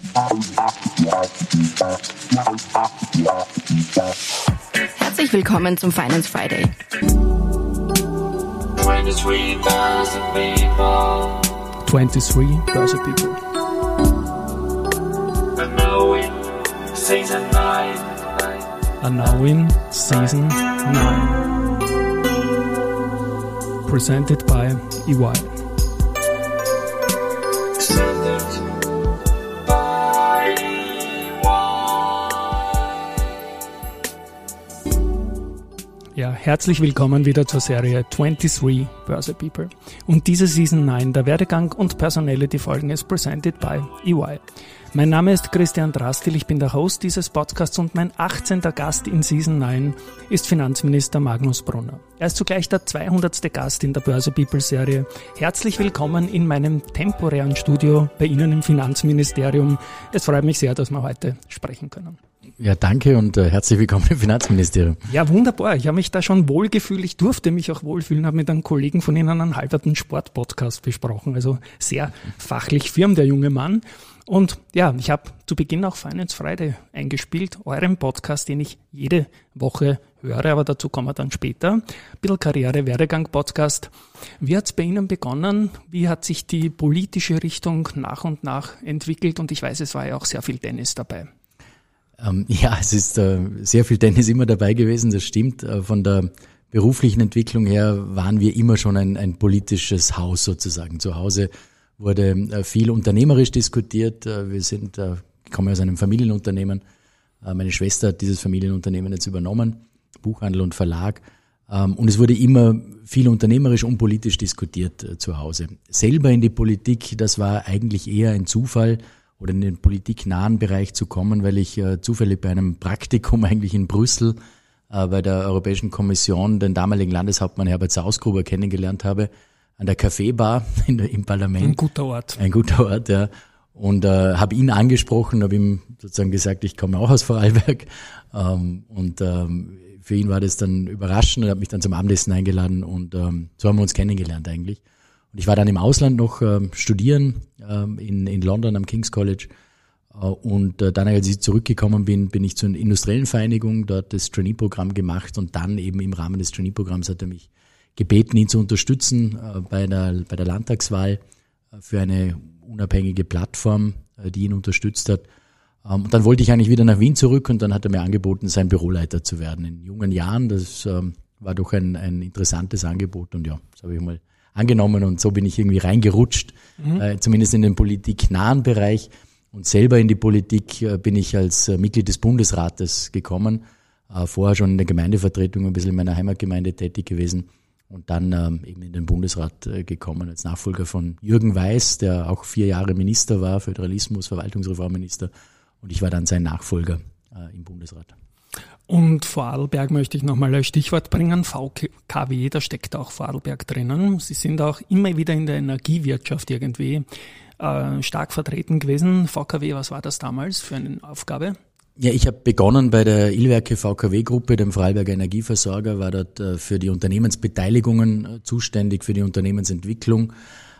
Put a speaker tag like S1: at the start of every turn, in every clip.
S1: Herzlich willkommen zum Finance Friday.
S2: 23 Börse People. Are now in Season 9. Presented by EY. Ja, herzlich willkommen wieder zur Serie 23 Börse People. Und diese Season 9, der Werdegang und Personality-Folgen ist presented by EY. Mein Name ist Christian Drastil, ich bin der Host dieses Podcasts und mein 18. Gast in Season 9 ist Finanzminister Magnus Brunner. Er ist zugleich der 200. Gast in der Börse People Serie. Herzlich willkommen in meinem temporären Studio bei Ihnen im Finanzministerium. Es freut mich sehr, dass wir heute sprechen können.
S3: Ja, danke und herzlich willkommen im Finanzministerium.
S2: Ja, wunderbar. Ich habe mich da schon wohlgefühlt. Ich durfte mich auch wohlfühlen, habe mit einem Kollegen von Ihnen einen halberten Sportpodcast besprochen. Also sehr fachlich firm, der junge Mann. Und ja, ich habe zu Beginn auch Finance Friday eingespielt, eurem Podcast, den ich jede Woche höre, aber dazu kommen wir dann später. Ein bisschen Karriere-Werdegang-Podcast. Wie hat es bei Ihnen begonnen? Wie hat sich die politische Richtung nach und nach entwickelt? Und ich weiß, es war ja auch sehr viel Tennis dabei.
S3: Ja, es ist sehr viel Tennis immer dabei gewesen, das stimmt. Von der beruflichen Entwicklung her waren wir immer schon ein politisches Haus sozusagen. Zu Hause wurde viel unternehmerisch diskutiert. Wir kommen aus einem Familienunternehmen. Meine Schwester hat dieses Familienunternehmen jetzt übernommen, Buchhandel und Verlag. Und es wurde immer viel unternehmerisch und politisch diskutiert zu Hause. Selber in die Politik, das war eigentlich eher ein Zufall, oder in den politiknahen Bereich zu kommen, weil ich zufällig bei einem Praktikum eigentlich in Brüssel bei der Europäischen Kommission den damaligen Landeshauptmann Herbert Sausgruber kennengelernt habe, an der Kaffeebar im Parlament.
S2: Ein guter Ort.
S3: Ein guter Ort, ja. Und habe ihn angesprochen, habe ihm sozusagen gesagt, ich komme auch aus Vorarlberg. Für ihn war das dann überraschend und hat mich dann zum Abendessen eingeladen und so haben wir uns kennengelernt eigentlich. Und ich war dann im Ausland noch studieren, in London am King's College. Und dann, als ich zurückgekommen bin ich zur industriellen Vereinigung, dort das Trainee-Programm gemacht und dann eben im Rahmen des Trainee-Programms hat er mich gebeten, ihn zu unterstützen bei der Landtagswahl für eine unabhängige Plattform, die ihn unterstützt hat. Und dann wollte ich eigentlich wieder nach Wien zurück und dann hat er mir angeboten, sein Büroleiter zu werden. In jungen Jahren, das war doch ein interessantes Angebot und ja, das habe ich mal angenommen und so bin ich irgendwie reingerutscht, zumindest in den politiknahen Bereich und selber in die Politik bin ich als Mitglied des Bundesrates gekommen, vorher schon in der Gemeindevertretung ein bisschen in meiner Heimatgemeinde tätig gewesen und dann eben in den Bundesrat gekommen als Nachfolger von Jürgen Weiß, der auch 4 Jahre Minister war, Föderalismus, Verwaltungsreformminister und ich war dann sein Nachfolger im Bundesrat.
S2: Und Vorarlberg möchte ich nochmal als Stichwort bringen, VKW, da steckt auch Vorarlberg drinnen. Sie sind auch immer wieder in der Energiewirtschaft irgendwie stark vertreten gewesen. VKW, was war das damals für eine Aufgabe?
S3: Ja, ich habe begonnen bei der Ilwerke VKW-Gruppe, dem Vorarlberger Energieversorger, war dort für die Unternehmensbeteiligungen zuständig, für die Unternehmensentwicklung.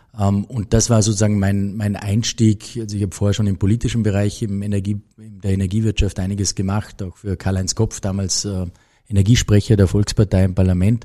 S3: Und das war sozusagen mein Einstieg. Also ich habe vorher schon im politischen Bereich, in der Energiewirtschaft einiges gemacht, auch für Karl-Heinz Kopf, damals Energiesprecher der Volkspartei im Parlament.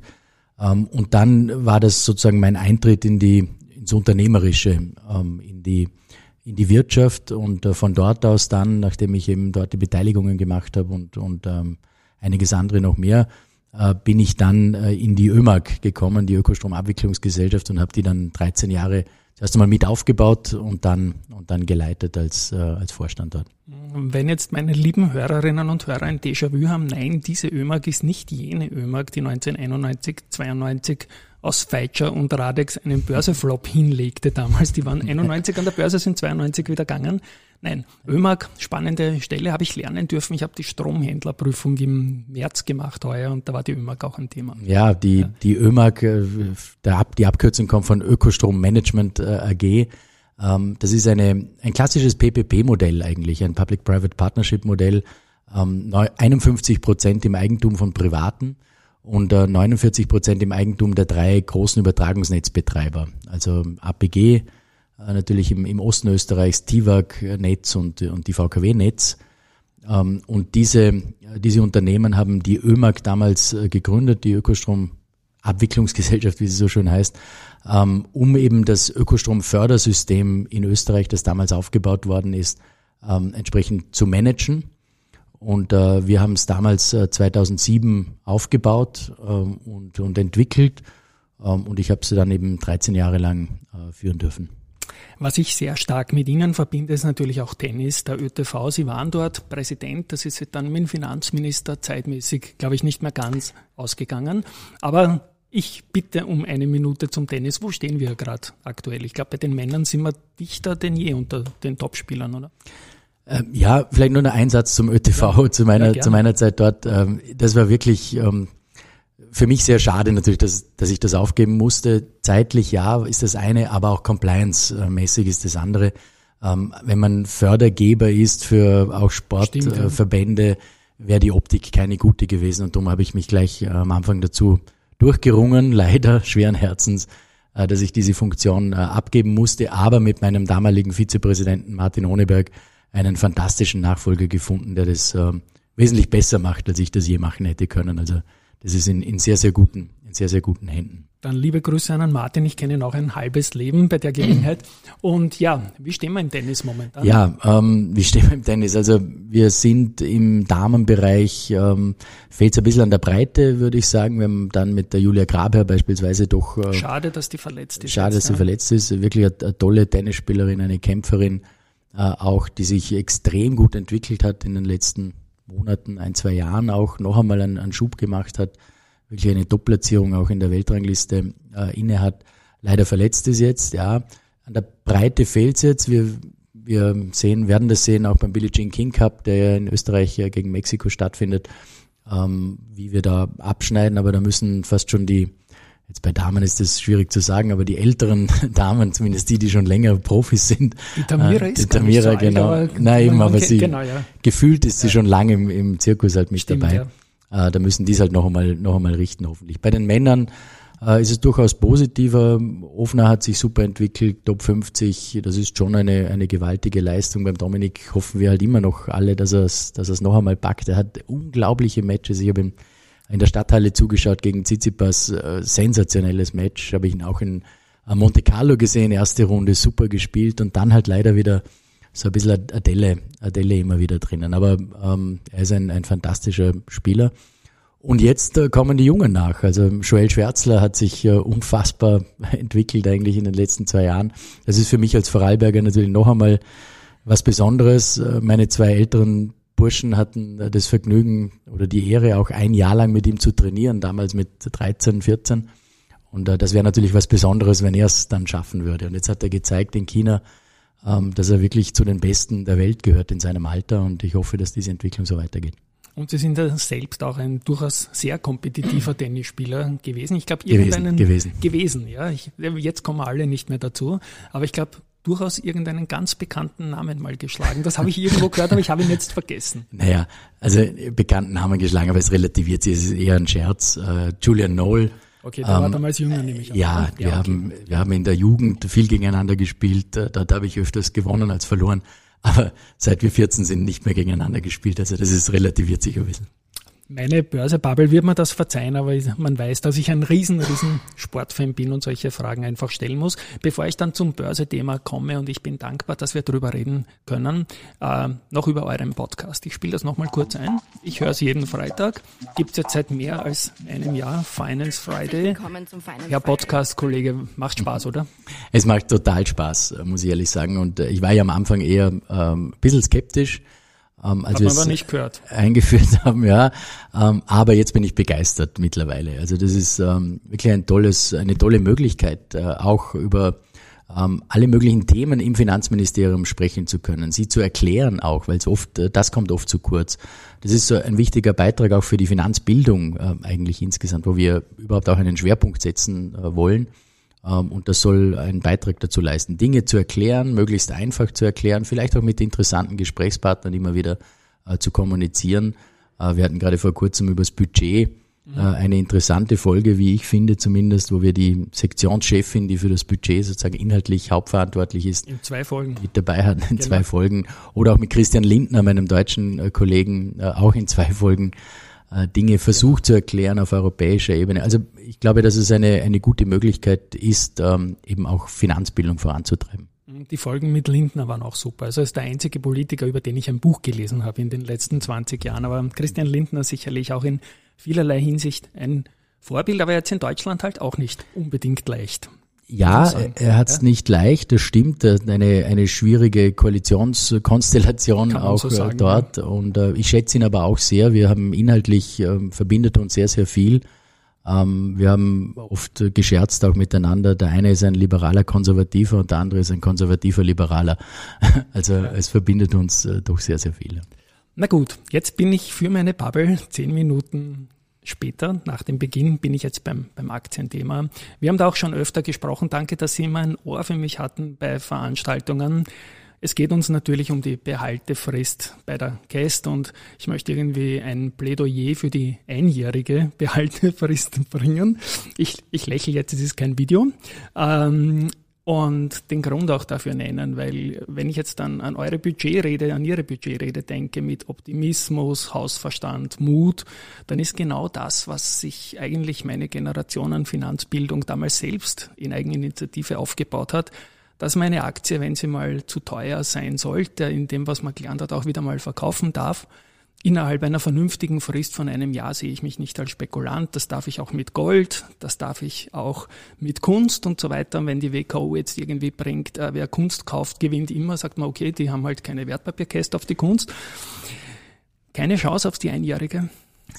S3: Und dann war das sozusagen mein Eintritt ins Unternehmerische, in die Wirtschaft. Und von dort aus dann, nachdem ich eben dort die Beteiligungen gemacht habe und einiges andere noch mehr, bin ich dann in die ÖMAG gekommen, die Ökostromabwicklungsgesellschaft, und habe die dann 13 Jahre zuerst einmal mit aufgebaut und dann geleitet als Vorstand dort.
S2: Wenn jetzt meine lieben Hörerinnen und Hörer ein Déjà-vu haben, nein, diese ÖMAG ist nicht jene ÖMAG, die 1991, 92 aus Feitscher und Radex einen Börseflop hinlegte damals. Die waren 91 an der Börse, sind 92 wieder gegangen. Nein, ÖMAG, spannende Stelle, habe ich lernen dürfen. Ich habe die Stromhändlerprüfung im März gemacht heuer und da war die ÖMAG auch ein Thema.
S3: Ja, die ÖMAG, die Abkürzung kommt von Ökostrommanagement AG. Das ist ein klassisches PPP-Modell eigentlich, ein Public-Private Partnership-Modell. 51% im Eigentum von Privaten und 49% im Eigentum der 3 großen Übertragungsnetzbetreiber, also APG, natürlich im Osten Österreichs TIWAG-Netz und die VKW-Netz. Und diese Unternehmen haben die ÖMAG damals gegründet, die Ökostromabwicklungsgesellschaft, wie sie so schön heißt, um eben das Ökostromfördersystem in Österreich, das damals aufgebaut worden ist, entsprechend zu managen. Und wir haben es damals 2007 aufgebaut und entwickelt. Und ich habe sie dann eben 13 Jahre lang führen dürfen.
S2: Was ich sehr stark mit Ihnen verbinde, ist natürlich auch Tennis, der ÖTV. Sie waren dort Präsident, das ist dann mit dem Finanzminister zeitmäßig, glaube ich, nicht mehr ganz ausgegangen. Aber ich bitte um 1 Minute zum Tennis. Wo stehen wir gerade aktuell? Ich glaube, bei den Männern sind wir dichter denn je unter den Topspielern, oder?
S3: Ja, vielleicht nur noch ein Satz zum ÖTV, ja, zu meiner Zeit dort. Das war wirklich für mich sehr schade natürlich, dass ich das aufgeben musste. Zeitlich ja, ist das eine, aber auch compliance-mäßig ist das andere. Wenn man Fördergeber ist für auch Sportverbände, wäre die Optik keine gute gewesen. Und darum habe ich mich gleich am Anfang dazu durchgerungen, leider schweren Herzens, dass ich diese Funktion abgeben musste, aber mit meinem damaligen Vizepräsidenten Martin Honeberg einen fantastischen Nachfolger gefunden, der das wesentlich besser macht, als ich das je machen hätte können. Also das ist in sehr, sehr guten Händen.
S2: Dann liebe Grüße an Martin, ich kenne ihn auch ein halbes Leben bei der Gelegenheit. Und ja, wie stehen wir im Tennis momentan?
S3: Ja, wie stehen wir im Tennis? Also wir sind im Damenbereich, fehlt es ein bisschen an der Breite, würde ich sagen. Wir haben dann mit der Julia Grabherr beispielsweise doch...
S2: Schade, dass die verletzt ist.
S3: Schade, dass sie verletzt ist. Wirklich eine tolle Tennisspielerin, eine Kämpferin, auch die sich extrem gut entwickelt hat in den letzten Monaten, 1-2 Jahren auch noch einmal einen Schub gemacht hat, wirklich eine Top-Platzierung auch in der Weltrangliste inne hat. Leider verletzt ist jetzt, ja. An der Breite fehlt es jetzt. Wir werden das sehen, auch beim Billie Jean King Cup, der ja in Österreich gegen Mexiko stattfindet, wie wir da abschneiden, aber da müssen fast schon jetzt bei Damen ist das schwierig zu sagen, aber die älteren Damen, zumindest die schon länger Profis sind.
S2: Die Tamira ist
S3: gar nicht so alt, genau. Aber sie,
S2: genau, ja.
S3: Gefühlt ist sie schon lange im Zirkus halt mit
S2: Stimmt,
S3: dabei.
S2: Ja.
S3: Da müssen die es halt noch einmal richten, hoffentlich. Bei den Männern ist es durchaus positiver. Ofner hat sich super entwickelt, Top 50, das ist schon eine gewaltige Leistung. Beim Dominik hoffen wir halt immer noch alle, dass er es noch einmal packt. Er hat unglaubliche Matches. Ich habe ihn in der Stadthalle zugeschaut gegen Tsitsipas, sensationelles Match, habe ich ihn auch in Monte Carlo gesehen, erste Runde super gespielt und dann halt leider wieder so ein bisschen Adele immer wieder drinnen, aber er ist ein fantastischer Spieler. Und jetzt kommen die Jungen nach, also Joel Schwärzler hat sich unfassbar entwickelt eigentlich in den letzten 2 Jahren. Das ist für mich als Vorarlberger natürlich noch einmal was Besonderes. Meine 2 älteren Burschen hatten das Vergnügen oder die Ehre, auch 1 Jahr lang mit ihm zu trainieren, damals mit 13, 14. Und das wäre natürlich was Besonderes, wenn er es dann schaffen würde. Und jetzt hat er gezeigt in China, dass er wirklich zu den Besten der Welt gehört in seinem Alter. Und ich hoffe, dass diese Entwicklung so weitergeht.
S2: Und Sie sind ja selbst auch ein durchaus sehr kompetitiver Tennisspieler gewesen. Ich glaube, gewesen, ja. Jetzt kommen alle nicht mehr dazu. Aber ich glaube, durchaus irgendeinen ganz bekannten Namen mal geschlagen. Das habe ich irgendwo gehört, aber ich habe ihn jetzt vergessen.
S3: Naja, also bekannten Namen geschlagen, aber es relativiert sich, es ist eher ein Scherz. Julian Noll.
S2: Okay, der war damals jünger, nehme ich an.
S3: Ja, wir haben in der Jugend viel gegeneinander gespielt. Dort habe ich öfters gewonnen als verloren. Aber seit wir 14 sind, nicht mehr gegeneinander gespielt. Also das ist relativiert sich ein bisschen.
S2: Meine Börsebubble wird mir das verzeihen, aber man weiß, dass ich ein riesen Sportfan bin und solche Fragen einfach stellen muss. Bevor ich dann zum Börsethema komme, und ich bin dankbar, dass wir darüber reden können, noch über euren Podcast. Ich spiele das nochmal kurz ein. Ich höre es jeden Freitag. Gibt es jetzt seit mehr als einem Jahr, Finance Friday.
S1: Willkommen zum Finance
S2: Herr Podcast-Kollege, macht Spaß, oder?
S3: Es macht total Spaß, muss ich ehrlich sagen. Und ich war ja am Anfang eher ein bisschen skeptisch. Als wir es nicht gehört. Eingeführt haben, ja. Aber jetzt bin ich begeistert mittlerweile. Also das ist wirklich eine tolle Möglichkeit, auch über alle möglichen Themen im Finanzministerium sprechen zu können, sie zu erklären auch, weil das kommt oft zu kurz. Das ist so ein wichtiger Beitrag auch für die Finanzbildung eigentlich insgesamt, wo wir überhaupt auch einen Schwerpunkt setzen wollen. Und das soll einen Beitrag dazu leisten, Dinge zu erklären, möglichst einfach zu erklären, vielleicht auch mit interessanten Gesprächspartnern immer wieder zu kommunizieren. Wir hatten gerade vor kurzem über das Budget eine interessante Folge, wie ich finde zumindest, wo wir die Sektionschefin, die für das Budget sozusagen inhaltlich hauptverantwortlich ist,
S2: in 2 Folgen
S3: mit dabei hatten, in 2 Folgen. Oder auch mit Christian Lindner, meinem deutschen Kollegen, auch in 2 Folgen Dinge versucht zu erklären auf europäischer Ebene. Also ich glaube, dass es eine gute Möglichkeit ist, eben auch Finanzbildung voranzutreiben.
S2: Die Folgen mit Lindner waren auch super. Also er ist der einzige Politiker, über den ich ein Buch gelesen habe in den letzten 20 Jahren. Aber Christian Lindner sicherlich auch in vielerlei Hinsicht ein Vorbild, aber jetzt in Deutschland halt auch nicht unbedingt leicht.
S3: Ja, er hat es nicht leicht, das stimmt. Eine schwierige Koalitionskonstellation auch so sagen, dort. Ja. Und ich schätze ihn aber auch sehr. Wir haben inhaltlich, verbindet uns sehr, sehr viel. Wir haben oft gescherzt auch miteinander. Der eine ist ein liberaler Konservativer und der andere ist ein konservativer Liberaler. Also es verbindet uns doch sehr, sehr viel.
S2: Na gut, jetzt bin ich für meine Bubble 10 Minuten später, nach dem Beginn, bin ich jetzt beim Aktienthema. Wir haben da auch schon öfter gesprochen. Danke, dass Sie immer ein Ohr für mich hatten bei Veranstaltungen. Es geht uns natürlich um die Behaltefrist bei der Käst und ich möchte irgendwie ein Plädoyer für die einjährige Behaltefrist bringen. Ich lächle jetzt, es ist kein Video. Und den Grund auch dafür nennen, weil wenn ich jetzt dann an eure Budgetrede, an Ihre Budgetrede denke mit Optimismus, Hausverstand, Mut, dann ist genau das, was sich eigentlich meine Generation an Finanzbildung damals selbst in Eigeninitiative aufgebaut hat, dass meine Aktie, wenn sie mal zu teuer sein sollte, in dem, was man gelernt hat, auch wieder mal verkaufen darf. Innerhalb einer vernünftigen Frist von einem Jahr sehe ich mich nicht als Spekulant. Das darf ich auch mit Gold, das darf ich auch mit Kunst und so weiter. Und wenn die WKO jetzt irgendwie bringt, wer Kunst kauft, gewinnt immer, sagt man, okay, die haben halt keine Wertpapierkäste auf die Kunst. Keine Chance auf die einjährige?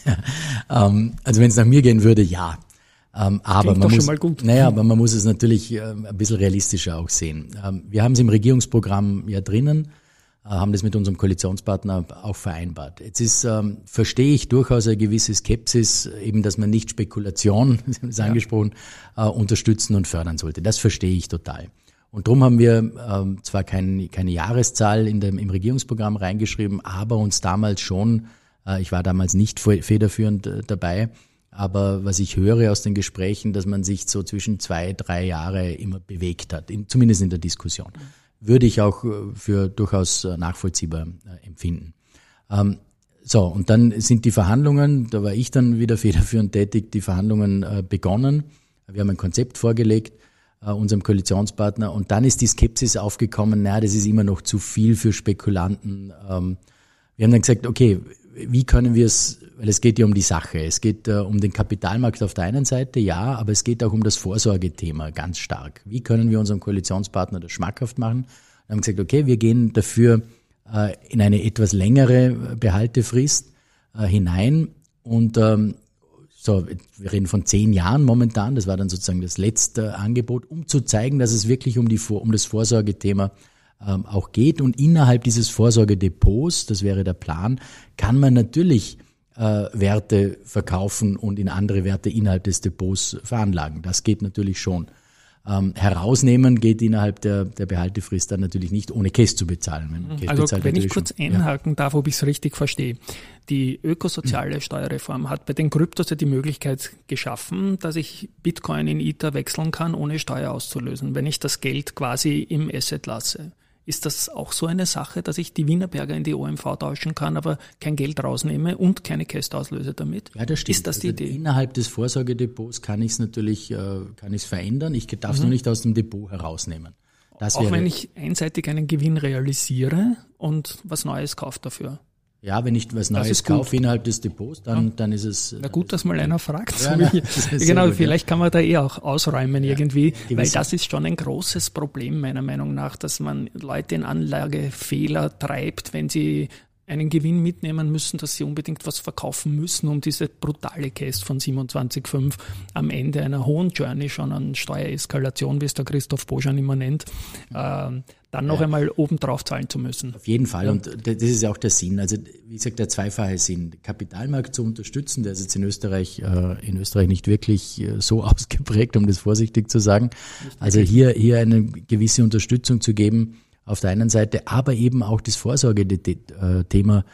S3: Also wenn es nach mir gehen würde, ja. Aber man muss,
S2: schon mal gut.
S3: Aber man muss es natürlich ein bisschen realistischer auch sehen. Wir haben es im Regierungsprogramm ja drinnen, haben das mit unserem Koalitionspartner auch vereinbart. Jetzt verstehe ich durchaus eine gewisse Skepsis, eben, dass man nicht Spekulation, Sie haben es angesprochen, unterstützen und fördern sollte. Das verstehe ich total. Und darum haben wir zwar keine Jahreszahl im Regierungsprogramm reingeschrieben, aber uns damals schon, ich war damals nicht federführend dabei, aber was ich höre aus den Gesprächen, dass man sich so zwischen 2-3 Jahre immer bewegt hat, zumindest in der Diskussion. Würde ich auch für durchaus nachvollziehbar empfinden. Und dann sind die Verhandlungen, da war ich dann wieder federführend tätig, die Verhandlungen begonnen. Wir haben ein Konzept vorgelegt, unserem Koalitionspartner, und dann ist die Skepsis aufgekommen, das ist immer noch zu viel für Spekulanten. Wir haben dann gesagt, okay, wie können wir es, weil es geht ja um die Sache, es geht um den Kapitalmarkt auf der einen Seite, ja, aber es geht auch um das Vorsorgethema ganz stark. Wie können wir unserem Koalitionspartner das schmackhaft machen? Wir haben gesagt, okay, wir gehen dafür in eine etwas längere Behaltefrist hinein und wir reden von 10 Jahren momentan, das war dann sozusagen das letzte Angebot, um zu zeigen, dass es wirklich um das Vorsorgethema auch geht, und innerhalb dieses Vorsorgedepots, das wäre der Plan, kann man natürlich Werte verkaufen und in andere Werte innerhalb des Depots veranlagen. Das geht natürlich schon. Herausnehmen geht innerhalb der Behaltefrist dann natürlich nicht, ohne Käst zu bezahlen.
S2: Wenn ich kurz einhaken darf, ob ich es richtig verstehe. Die ökosoziale Steuerreform hat bei den Kryptos ja die Möglichkeit geschaffen, dass ich Bitcoin in Ether wechseln kann, ohne Steuer auszulösen, wenn ich das Geld quasi im Asset lasse. Ist das auch so eine Sache, dass ich die Wienerberger in die OMV tauschen kann, aber kein Geld rausnehme und keine Käst auslöse damit?
S3: Ja, das stimmt.
S2: Ist das die Idee?
S3: Innerhalb des Vorsorgedepots kann ich es natürlich verändern. Ich darf es nur nicht aus dem Depot herausnehmen.
S2: Auch wenn ich einseitig einen Gewinn realisiere und was Neues kaufe dafür?
S3: Ja, wenn ich was Neues kaufe innerhalb des Depots, dann ist es...
S2: Na gut, dass mal einer fragt. Ja, genau, vielleicht kann man da auch ausräumen irgendwie, weil das ist schon ein großes Problem meiner Meinung nach, dass man Leute in Anlagefehler treibt, wenn sie einen Gewinn mitnehmen müssen, dass sie unbedingt was verkaufen müssen, um diese brutale Käst von 27,5 am Ende einer hohen Journey schon an Steuereskalation, wie es der Christoph Boschan immer nennt, dann noch einmal obendrauf zahlen zu müssen.
S3: Auf jeden Fall, und das ist ja auch der Sinn. Also wie gesagt, der zweifache Sinn, Kapitalmarkt zu unterstützen, der ist jetzt in Österreich nicht wirklich so ausgeprägt, um das vorsichtig zu sagen. Also hier eine gewisse Unterstützung zu geben, auf der einen Seite, aber eben auch das Vorsorgethema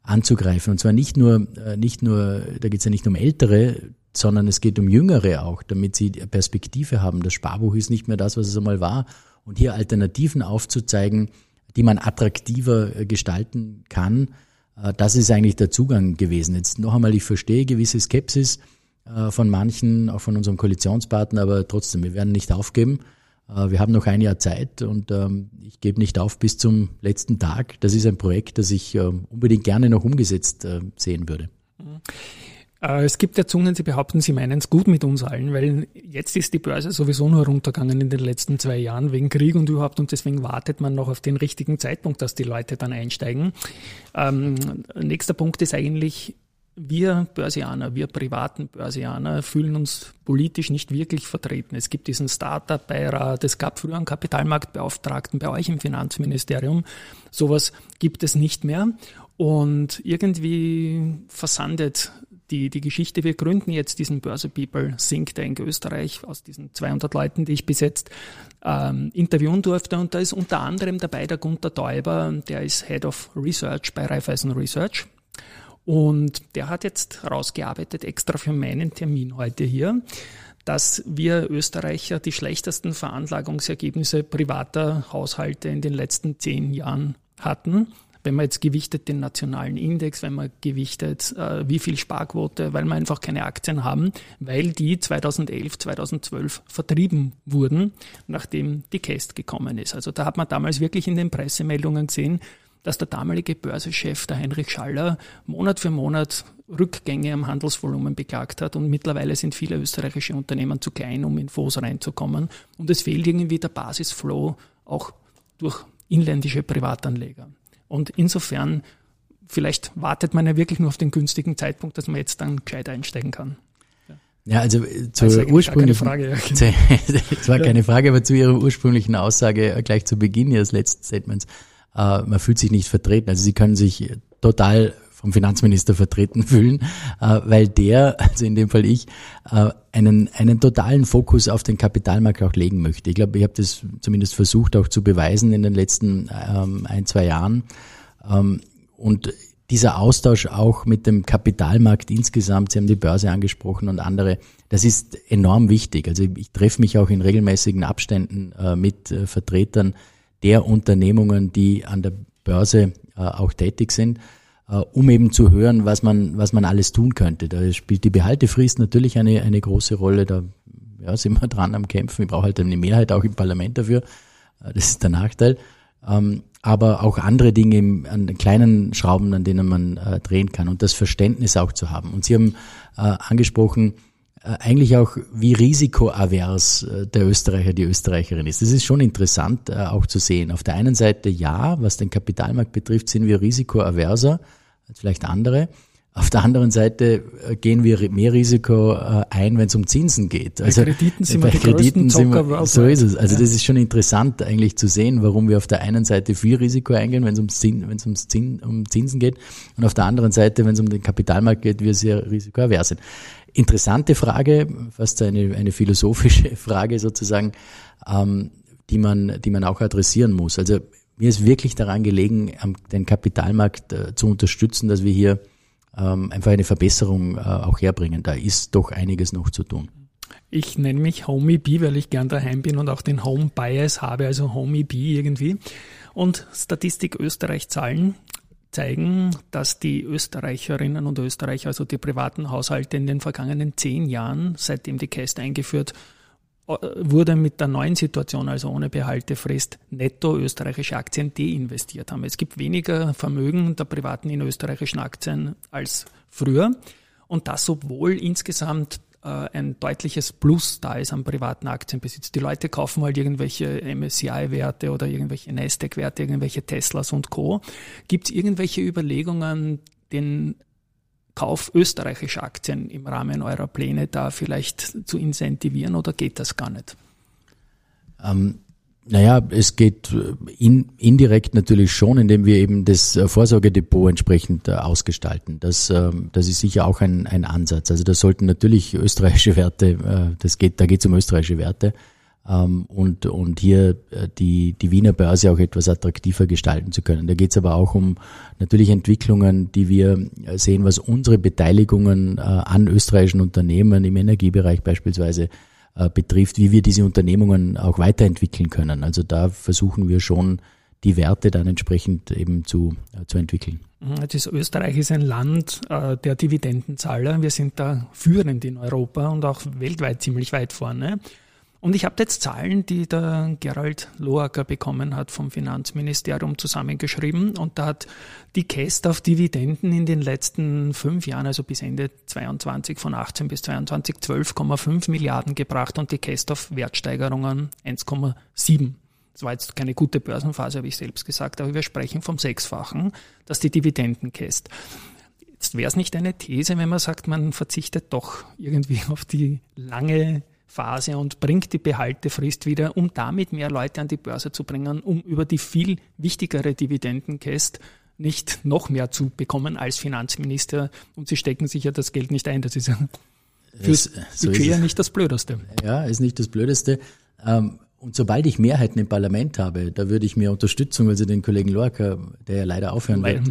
S3: anzugreifen. Und zwar nicht nur, da geht es ja nicht um Ältere, sondern es geht um Jüngere auch, damit sie Perspektive haben. Das Sparbuch ist nicht mehr das, was es einmal war. Und hier Alternativen aufzuzeigen, die man attraktiver gestalten kann, das ist eigentlich der Zugang gewesen. Jetzt noch einmal, ich verstehe gewisse Skepsis von manchen, auch von unserem Koalitionspartner, aber trotzdem, wir werden nicht aufgeben. Wir haben noch ein Jahr Zeit und ich gebe nicht auf bis zum letzten Tag. Das ist ein Projekt, das ich unbedingt gerne noch umgesetzt sehen würde.
S2: Es gibt ja Zungen, sie behaupten, sie meinen es gut mit uns allen, weil jetzt ist die Börse sowieso nur runtergegangen in den letzten 2 Jahren wegen Krieg und überhaupt, und deswegen wartet man noch auf den richtigen Zeitpunkt, dass die Leute dann einsteigen. Nächster Punkt ist eigentlich, wir Börsianer, wir privaten Börsianer fühlen uns politisch nicht wirklich vertreten. Es gibt diesen Startup-Beirat, es gab früher einen Kapitalmarktbeauftragten bei euch im Finanzministerium. Sowas gibt es nicht mehr und irgendwie versandet die Geschichte. Wir gründen jetzt diesen Börse People Think Tank Österreich aus diesen 200 Leuten, die ich bis jetzt interviewen durfte. Und da ist unter anderem dabei der Gunter Täuber, der ist Head of Research bei Raiffeisen Research. Und der hat jetzt rausgearbeitet, extra für meinen Termin heute hier, dass wir Österreicher die schlechtesten Veranlagungsergebnisse privater Haushalte in den letzten 10 Jahren hatten. Wenn man jetzt gewichtet den nationalen Index, wenn man gewichtet, wie viel Sparquote, weil wir einfach keine Aktien haben, weil die 2011, 2012 vertrieben wurden, nachdem die Käst gekommen ist. Also da hat man damals wirklich in den Pressemeldungen gesehen, dass der damalige Börsechef, der Heinrich Schaller, Monat für Monat Rückgänge am Handelsvolumen beklagt hat und mittlerweile sind viele österreichische Unternehmen zu klein, um in Fonds reinzukommen und es fehlt irgendwie der Basisflow auch durch inländische Privatanleger. Und insofern, vielleicht wartet man ja wirklich nur auf den günstigen Zeitpunkt, dass man jetzt dann gescheit einsteigen kann.
S3: Ja, also zur ursprünglichen
S2: Frage.
S3: Ja. Es war keine Frage, aber zu Ihrer ursprünglichen Aussage gleich zu Beginn Ihres letzten Statements. Man fühlt sich nicht vertreten. Also Sie können sich total vom Finanzminister vertreten fühlen, weil der, also in dem Fall ich, einen totalen Fokus auf den Kapitalmarkt auch legen möchte. Ich glaube, ich habe das zumindest versucht auch zu beweisen in den letzten 1-2 Jahren. Und dieser Austausch auch mit dem Kapitalmarkt insgesamt, Sie haben die Börse angesprochen und andere, das ist enorm wichtig. Also ich treffe mich auch in regelmäßigen Abständen mit Vertretern der Unternehmungen, die an der Börse auch tätig sind, um eben zu hören, was man alles tun könnte. Da spielt die Behaltefrist natürlich eine große Rolle. Da sind wir dran am Kämpfen. Ich brauche halt eine Mehrheit auch im Parlament dafür. Das ist der Nachteil. Aber auch andere Dinge an kleinen Schrauben, an denen man drehen kann und das Verständnis auch zu haben. Und Sie haben angesprochen, eigentlich auch, wie risikoavers der Österreicher, die Österreicherin ist. Das ist schon interessant auch zu sehen. Auf der einen Seite ja, was den Kapitalmarkt betrifft, sind wir risikoaverser als vielleicht andere. Auf der anderen Seite gehen wir mehr Risiko ein, wenn es um Zinsen geht. Also
S2: bei Krediten sind wir die größten Zocker.
S3: So ist es. Also das ist schon interessant eigentlich zu sehen, warum wir auf der einen Seite viel Risiko eingehen, wenn es um Zinsen geht, und auf der anderen Seite, wenn es um den Kapitalmarkt geht, wir sehr risikoavers sind. Interessante Frage, fast eine philosophische Frage sozusagen, die man auch adressieren muss. Also mir ist wirklich daran gelegen, den Kapitalmarkt zu unterstützen, dass wir hier einfach eine Verbesserung auch herbringen. Da ist doch einiges noch zu tun.
S2: Ich nenne mich Homie B, weil ich gern daheim bin und auch den Home Bias habe, also Homie B irgendwie. Und Statistik Österreich Zahlen zeigen, dass die Österreicherinnen und Österreicher, also die privaten Haushalte in den vergangenen 10 Jahren, seitdem die Käst eingeführt wurde, mit der neuen Situation, also ohne Behaltefrist, netto österreichische Aktien deinvestiert haben. Es gibt weniger Vermögen der Privaten in österreichischen Aktien als früher und das, obwohl insgesamt ein deutliches Plus da ist am privaten Aktienbesitz. Die Leute kaufen halt irgendwelche MSCI-Werte oder irgendwelche Nasdaq-Werte, irgendwelche Teslas und Co. Gibt es irgendwelche Überlegungen, den Kauf österreichischer Aktien im Rahmen eurer Pläne da vielleicht zu incentivieren oder geht das gar nicht?
S3: Naja, es geht indirekt natürlich schon, indem wir eben das Vorsorgedepot entsprechend ausgestalten. Das ist sicher auch ein Ansatz. Also da sollten natürlich österreichische Werte, da geht es um österreichische Werte, und hier die Wiener Börse auch etwas attraktiver gestalten zu können. Da geht es aber auch um natürlich Entwicklungen, die wir sehen, was unsere Beteiligungen an österreichischen Unternehmen im Energiebereich beispielsweise betrifft, wie wir diese Unternehmungen auch weiterentwickeln können. Also da versuchen wir schon, die Werte dann entsprechend eben zu entwickeln.
S2: Österreich ist ein Land der Dividendenzahler. Wir sind da führend in Europa und auch weltweit ziemlich weit vorne. Und ich habe jetzt Zahlen, die der Gerald Loacker bekommen hat vom Finanzministerium, zusammengeschrieben. Und da hat die KEST auf Dividenden in den letzten 5 Jahren, also bis Ende 22, von 18 bis 22, 12,5 Milliarden gebracht und die KEST auf Wertsteigerungen 1,7. Das war jetzt keine gute Börsenphase, habe ich selbst gesagt, aber wir sprechen vom Sechsfachen, dass die Dividenden KEST. Jetzt wäre es nicht eine These, wenn man sagt, man verzichtet doch irgendwie auf die lange Phase und bringt die Behaltefrist wieder, um damit mehr Leute an die Börse zu bringen, um über die viel wichtigere Dividenden-KEST nicht noch mehr zu bekommen als Finanzminister. Und Sie stecken sich ja das Geld nicht ein. Das ist ja fürs Budget ja nicht das Blödeste.
S3: Ja, ist nicht das Blödeste. Und sobald ich Mehrheiten im Parlament habe, da würde ich mir Unterstützung, also den Kollegen Lorca, der ja leider aufhören wird,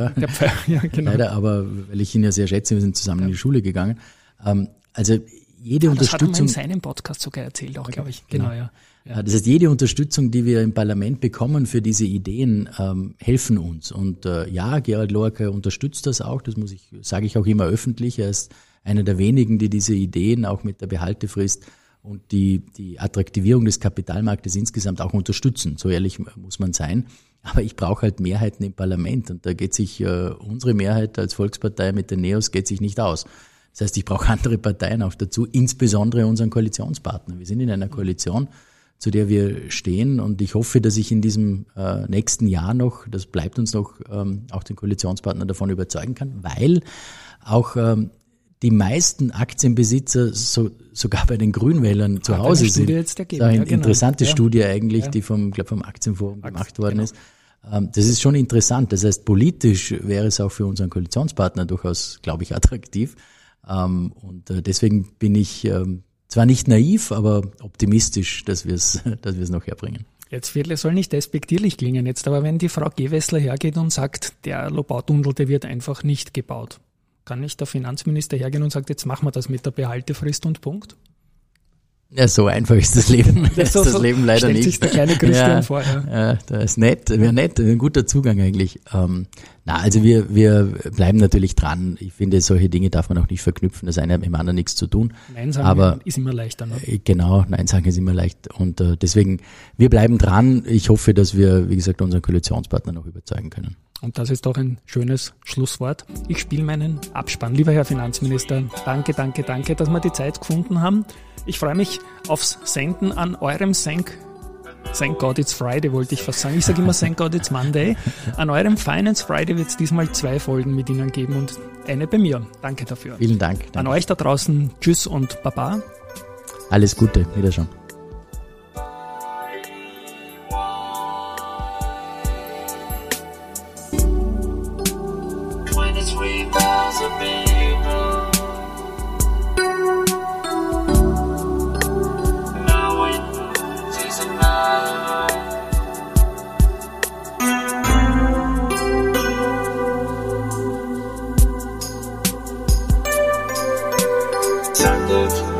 S3: genau. Leider, aber weil ich ihn ja sehr schätze, wir sind zusammen in die Schule gegangen. Also jede Unterstützung. Das hat er mal in seinem Podcast sogar erzählt, auch, glaube ich. Genau, ja. Das heißt, jede Unterstützung, die wir im Parlament bekommen für diese Ideen, helfen uns. Und Gerald Lorca unterstützt das auch. Das sage ich auch immer öffentlich. Er ist einer der wenigen, die diese Ideen auch mit der Behaltefrist und die Attraktivierung des Kapitalmarktes insgesamt auch unterstützen. So ehrlich muss man sein. Aber ich brauche halt Mehrheiten im Parlament. Und da geht sich unsere Mehrheit als Volkspartei mit den Neos geht sich nicht aus. Das heißt, ich brauche andere Parteien auch dazu, insbesondere unseren Koalitionspartner. Wir sind in einer Koalition, zu der wir stehen, und ich hoffe, dass ich in diesem nächsten Jahr noch, das bleibt uns noch, auch den Koalitionspartner davon überzeugen kann, weil auch die meisten Aktienbesitzer sogar bei den Grünwählern zu Hause sind. Das ist eine interessante Studie eigentlich, die vom Aktienforum gemacht worden ist. Das ist schon interessant. Das heißt, politisch wäre es auch für unseren Koalitionspartner durchaus, glaube ich, attraktiv. Und deswegen bin ich zwar nicht naiv, aber optimistisch, dass wir es noch herbringen.
S2: Jetzt soll nicht despektierlich klingen jetzt, aber wenn die Frau Gewessler hergeht und sagt, der Lobau-Tunnel, der wird einfach nicht gebaut, kann nicht der Finanzminister hergehen und sagt, jetzt machen wir das mit der Behaltefrist und Punkt?
S3: Ja, so einfach ist das Leben. Das Leben leider
S2: stellt
S3: nicht.
S2: Sich der kleine Christian vor.
S3: Ja, das ist nett, wäre nett, ein guter Zugang eigentlich. Also wir bleiben natürlich dran. Ich finde, solche Dinge darf man auch nicht verknüpfen. Das eine hat mit dem anderen nichts zu tun.
S2: Nein sagen ist immer leichter. Ne?
S3: Genau, Nein sagen ist immer leicht. Und deswegen, wir bleiben dran. Ich hoffe, dass wir, wie gesagt, unseren Koalitionspartner noch überzeugen können.
S2: Und das ist doch ein schönes Schlusswort. Ich spiele meinen Abspann. Lieber Herr Finanzminister, danke, dass wir die Zeit gefunden haben. Ich freue mich aufs Senden an eurem Thank God It's Friday, wollte ich fast sagen. Ich sage immer Thank God It's Monday. An eurem Finance Friday wird es diesmal 2 Folgen mit Ihnen geben und eine bei mir. Danke dafür.
S3: Vielen Dank.
S2: An euch da draußen, tschüss und Baba.
S3: Alles Gute, Wiederschauen.
S4: Sunday.